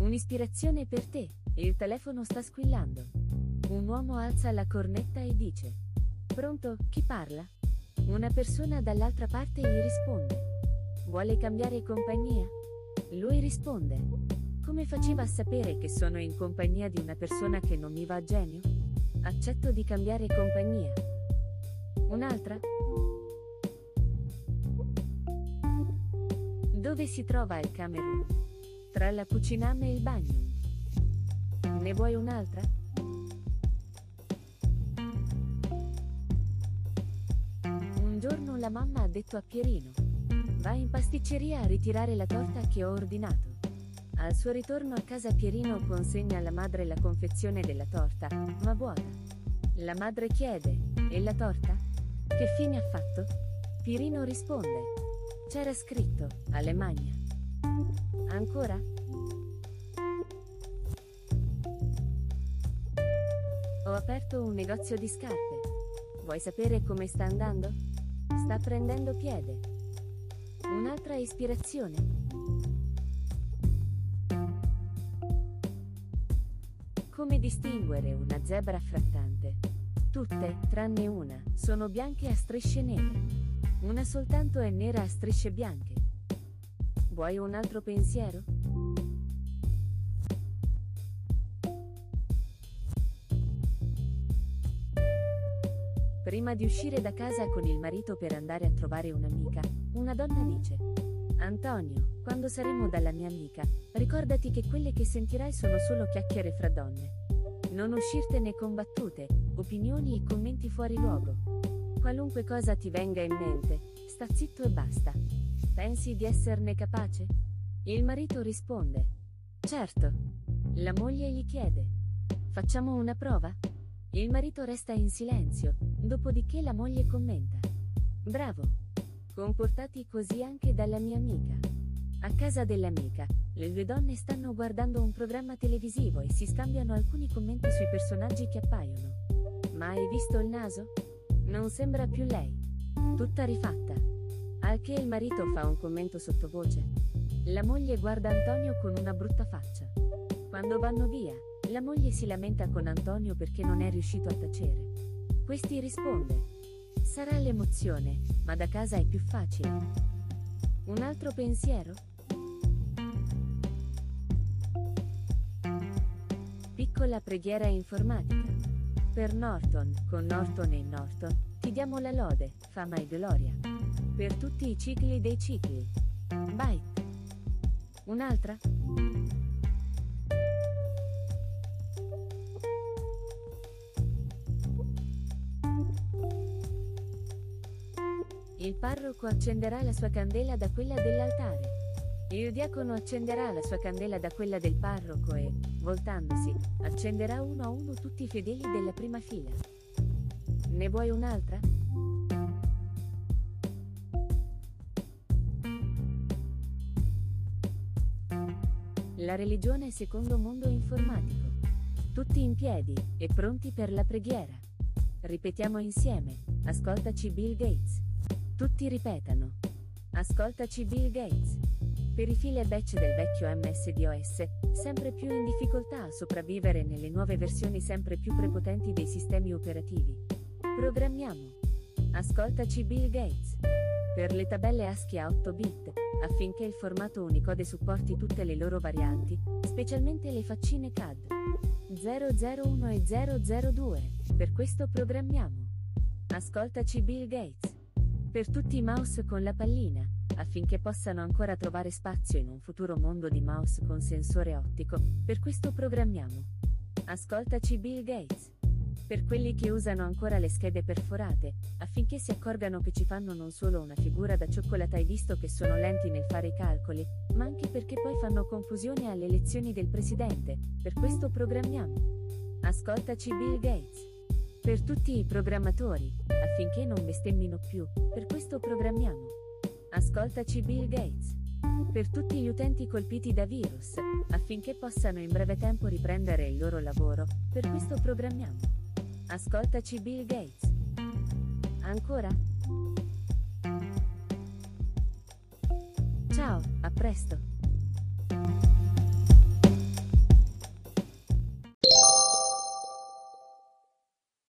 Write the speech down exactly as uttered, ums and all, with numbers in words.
Un'ispirazione per te. Il telefono sta squillando. Un uomo alza la cornetta e dice: pronto, chi parla? Una persona dall'altra parte gli risponde: vuole cambiare compagnia? Lui risponde: come faceva a sapere che sono in compagnia di una persona che non mi va a genio? Accetto di cambiare compagnia. Un'altra? Dove si trova il camerun? Tra la cucina e il bagno. Ne vuoi un'altra? Un giorno la mamma ha detto a Pierino: va in pasticceria a ritirare la torta che ho ordinato. Al suo ritorno a casa Pierino consegna alla madre la confezione della torta, ma vuota. La madre chiede: e la torta? Che fine ha fatto? Pierino risponde: c'era scritto, Alemagna. Ancora? Ho aperto un negozio di scarpe. Vuoi sapere come sta andando? Sta prendendo piede. Un'altra ispirazione? Come distinguere una zebra frattante? Tutte, tranne una, sono bianche a strisce nere. Una soltanto è nera a strisce bianche. Vuoi un altro pensiero? Prima di uscire da casa con il marito per andare a trovare un'amica, una donna dice: Antonio, quando saremo dalla mia amica, ricordati che quelle che sentirai sono solo chiacchiere fra donne. Non uscirtene con battute, opinioni e commenti fuori luogo. Qualunque cosa ti venga in mente, sta zitto e basta. Pensi di esserne capace? Il marito risponde: certo. La moglie gli chiede: facciamo una prova? Il marito resta in silenzio, dopodiché la moglie commenta: bravo. Comportati così anche dalla mia amica. A casa dell'amica, le due donne stanno guardando un programma televisivo e si scambiano alcuni commenti sui personaggi che appaiono. Ma hai visto il naso? Non sembra più lei. Tutta rifatta. Al che il marito fa un commento sottovoce. La moglie guarda Antonio con una brutta faccia. Quando vanno via, la moglie si lamenta con Antonio perché non è riuscito a tacere. Questi risponde: sarà l'emozione, ma da casa è più facile. Un altro pensiero? Piccola preghiera informatica. Per Norton, con Norton e Norton, ti diamo la lode, fama e gloria. Per tutti i cicli dei cicli. Byte. Un'altra? Il parroco accenderà la sua candela da quella dell'altare. Il diacono accenderà la sua candela da quella del parroco e, voltandosi, accenderà uno a uno tutti i fedeli della prima fila. Ne vuoi un'altra? La religione secondo mondo informatico. Tutti in piedi e pronti per la preghiera. Ripetiamo insieme: ascoltaci Bill Gates. Tutti ripetano: ascoltaci Bill Gates. Per i file batch del vecchio M S D O S, sempre più in difficoltà a sopravvivere nelle nuove versioni sempre più prepotenti dei sistemi operativi. Programmiamo: ascoltaci Bill Gates. Per le tabelle ASCII a otto bit, affinché il formato Unicode supporti tutte le loro varianti, specialmente le faccine C A D zero zero uno e zero zero due. Per questo programmiamo: ascoltaci Bill Gates. Per tutti i mouse con la pallina, affinché possano ancora trovare spazio in un futuro mondo di mouse con sensore ottico, per questo programmiamo: ascoltaci Bill Gates. Per quelli che usano ancora le schede perforate, affinché si accorgano che ci fanno non solo una figura da cioccolatai visto che sono lenti nel fare i calcoli, ma anche perché poi fanno confusione alle elezioni del presidente, per questo programmiamo: ascoltaci Bill Gates. Per tutti i programmatori, affinché non bestemmino più, per questo programmiamo: ascoltaci Bill Gates. Per tutti gli utenti colpiti da virus, affinché possano in breve tempo riprendere il loro lavoro, per questo programmiamo: ascoltaci Bill Gates. Ancora? Ciao, a presto!